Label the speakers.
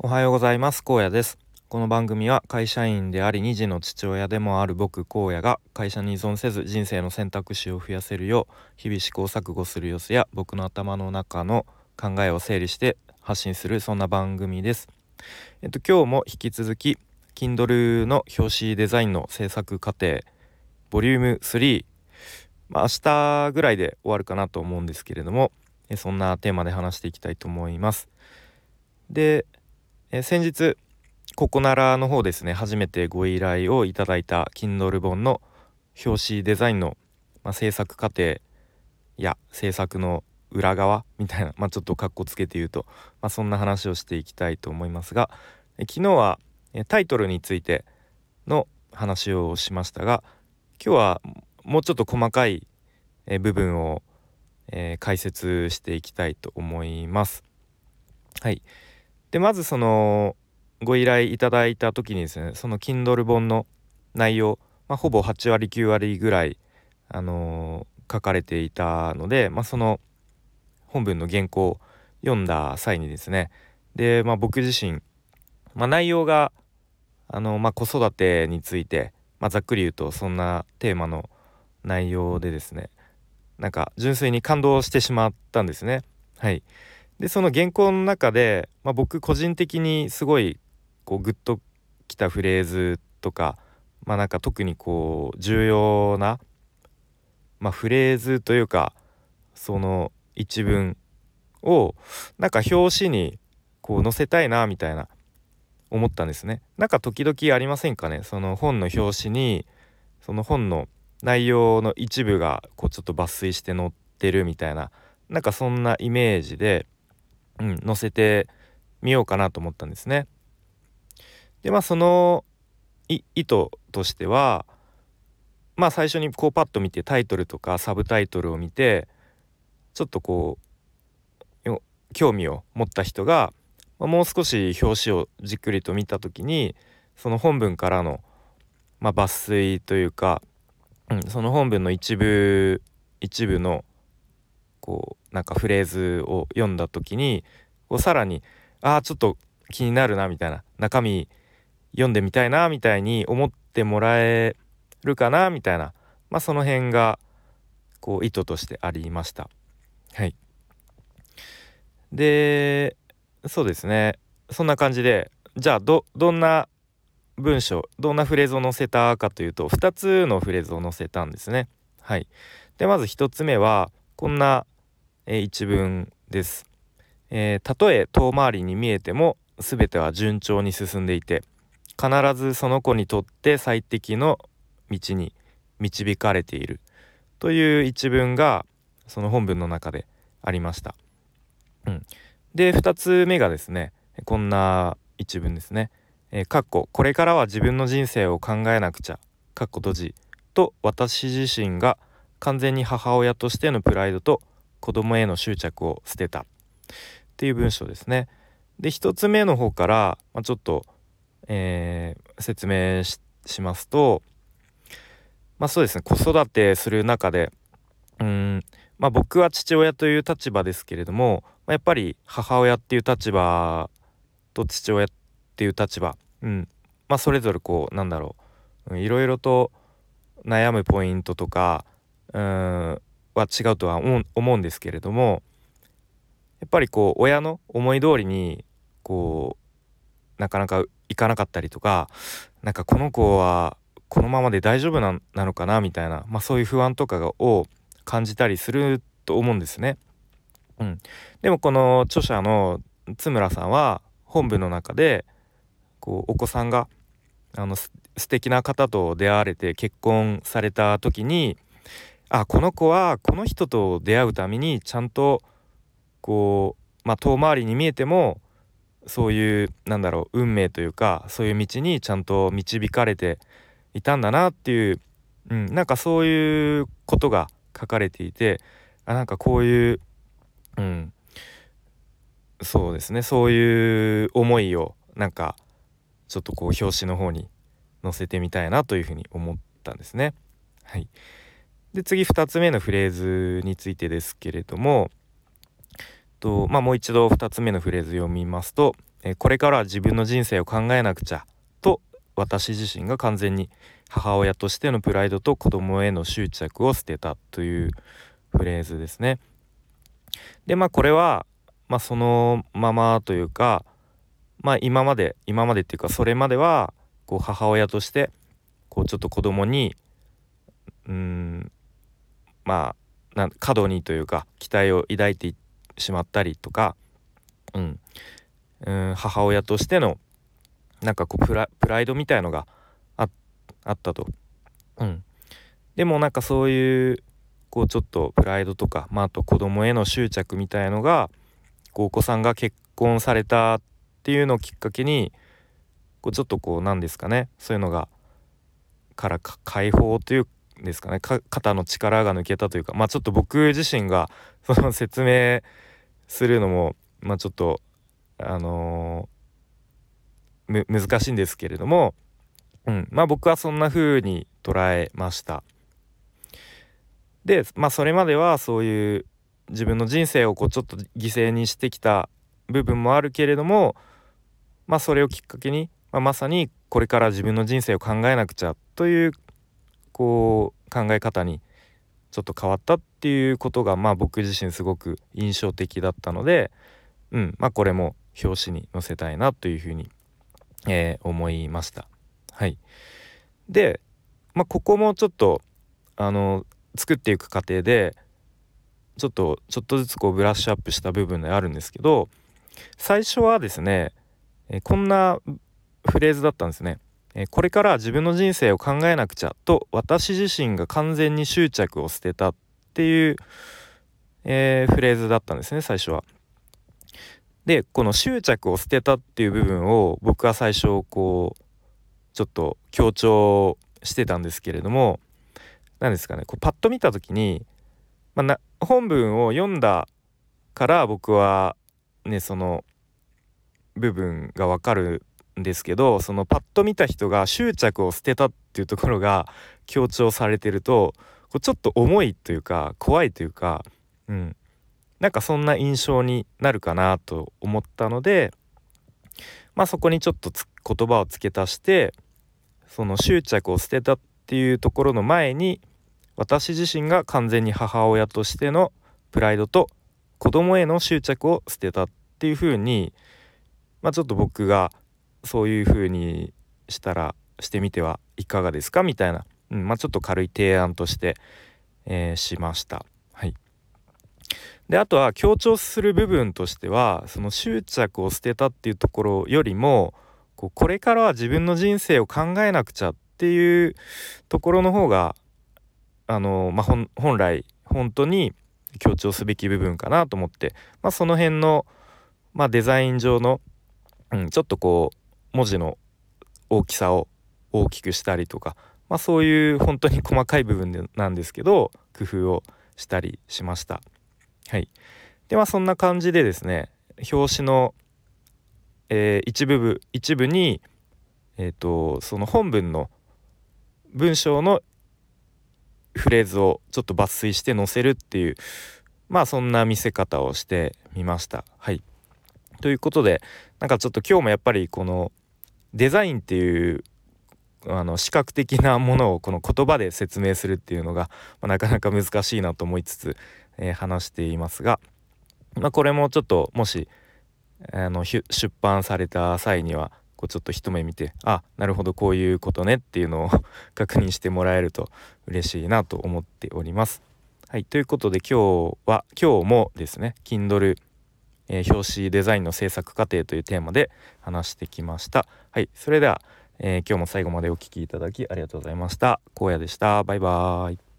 Speaker 1: おはようございます。荒野です。この番組は会社員であり2児の父親でもある僕荒野が会社に依存せず人生の選択肢を増やせるよう日々試行錯誤する様子や僕の頭の中の考えを整理して発信するそんな番組です。今日も引き続き Kindle の表紙デザインの制作過程ボリューム3、明日ぐらいで終わるかなと思うんですけれども、そんなテーマで話していきたいと思います。で、先日ココナラの方ですね、初めてご依頼をいただいた Kindle 本の表紙デザインの、制作過程や制作の裏側みたいな、ちょっとカッコつけて言うと、そんな話をしていきたいと思いますが、昨日はタイトルについての話をしましたが、今日はもうちょっと細かい部分を解説していきたいと思います。はい。でまずそのご依頼いただいた時にですね、その Kindle 本の内容、ほぼ8割9割ぐらい、書かれていたので、その本文の原稿を読んだ際にですね、で、僕自身、内容が子育てについて、ざっくり言うとそんなテーマの内容でですね、なんか純粋に感動してしまったんですね。はい。でその原稿の中で、僕個人的にすごいこうグッときたフレーズとか、なんか特にこう重要な、フレーズというかその一文をなんか表紙にこう載せたいなみたいな思ったんですね。なんか時々ありませんかね、その本の表紙にその本の内容の一部がこうちょっと抜粋して載ってるみたいな、なんかそんなイメージで載せてみようかなと思ったんですね。でその意図としては、最初にこうパッと見てタイトルとかサブタイトルを見てちょっとこう興味を持った人が、もう少し表紙をじっくりと見た時にその本文からの、抜粋というか、その本文の一部のこうなんかフレーズを読んだ時にこうさらにちょっと気になるなみたいな、中身読んでみたいなみたいに思ってもらえるかなみたいな、その辺がこう意図としてありました。はい。でそうですね、そんな感じでじゃあどんな文章どんなフレーズを載せたかというと2つのフレーズを載せたんですね。はい。でまず1つ目はこんな、一文です。たとえ遠回りに見えても全ては順調に進んでいて必ずその子にとって最適の道に導かれているという一文がその本文の中でありました。で2つ目がですね、こんな一文ですね。これからは自分の人生を考えなくちゃ閉じと私自身が完全に母親としてのプライドと子供への執着を捨てたっていう文章ですね。で1つ目の方から、ちょっと、説明しますと、そうですね、子育てする中で僕は父親という立場ですけれども、やっぱり母親っていう立場と父親っていう立場、それぞれこういろいろと悩むポイントとかは違うとは思うんですけれども、やっぱりこう親の思い通りにこうなかなかいかなかったりとか、なんかこの子はこのままで大丈夫なのかなみたいな、そういう不安とかを感じたりすると思うんですね。でもこの著者の津村さんは本文の中でこうお子さんが素敵な方と出会われて結婚された時に、この子はこの人と出会うためにちゃんとこう、遠回りに見えてもそういう運命というかそういう道にちゃんと導かれていたんだなっていう、なんかそういうことが書かれていて、なんかこういう、そうですね、そういう思いをなんかちょっとこう表紙の方に載せてみたいなというふうに思ったんですね。はい。で次2つ目のフレーズについてですけれども、 もう一度2つ目のフレーズ読みますと、これからは自分の人生を考えなくちゃと私自身が完全に母親としてのプライドと子供への執着を捨てたというフレーズですね。でこれはそのままというか、今までっていうかそれまではこう母親としてこうちょっと子供に過度にというか期待を抱いてしまったりとか、母親としてのこうプライドみたいのがあったと。でもそういうこうちょっとプライドとか、あと子供への執着みたいのがこうお子さんが結婚されたっていうのをきっかけにこうちょっとこうなんですかね、そういうのがから解放というんですかね、肩の力が抜けたというか、ちょっと僕自身がその説明するのもちょっと難しいんですけれども、僕はそんな風に捉えました。でそれまではそういう自分の人生をこうちょっと犠牲にしてきた部分もあるけれども、それをきっかけに、まさにこれから自分の人生を考えなくちゃというこう考え方にちょっと変わったっていうことが僕自身すごく印象的だったので、これも表紙に載せたいなというふうに、思いました。で、ここもちょっと作っていく過程でちょっとずつこうブラッシュアップした部分であるんですけど、最初はですね、こんなフレーズだったんですね。これから自分の人生を考えなくちゃと私自身が完全に執着を捨てたっていう、フレーズだったんですね、最初は。でこの執着を捨てたっていう部分を僕は最初こうちょっと強調してたんですけれども、何ですかね、こうパッと見た時に、本文を読んだから僕はねその部分がわかるんですけど、そのパッと見た人が執着を捨てたっていうところが強調されてるとこうちょっと重いというか怖いというか、そんな印象になるかなと思ったので、そこにちょっと言葉を付け足して、その執着を捨てたっていうところの前に私自身が完全に母親としてのプライドと子供への執着を捨てたっていう風に、ちょっと僕がそういう風にしてみてはいかがですかみたいな、ちょっと軽い提案として、しました。であとは強調する部分としては、その執着を捨てたっていうところよりもこれからは自分の人生を考えなくちゃっていうところの方が本来本当に強調すべき部分かなと思って、その辺の、デザイン上の、ちょっとこう文字の大きさを大きくしたりとか、そういう本当に細かい部分なんですけど工夫をしたりしました。でそんな感じでですね、表紙の、一部に、その本文の文章のフレーズをちょっと抜粋して載せるっていう、そんな見せ方をしてみました。ということでちょっと今日もやっぱりこのデザインっていう視覚的なものをこの言葉で説明するっていうのが、なかなか難しいなと思いつつ、話していますが、これもちょっともし出版された際にはちょっと一目見て、なるほどこういうことねっていうのを確認してもらえると嬉しいなと思っております。ということで今日もですね Kindle、表紙デザインの制作過程というテーマで話してきました。それでは、今日も最後までお聞きいただきありがとうございました。荒野でした。バイバーイ。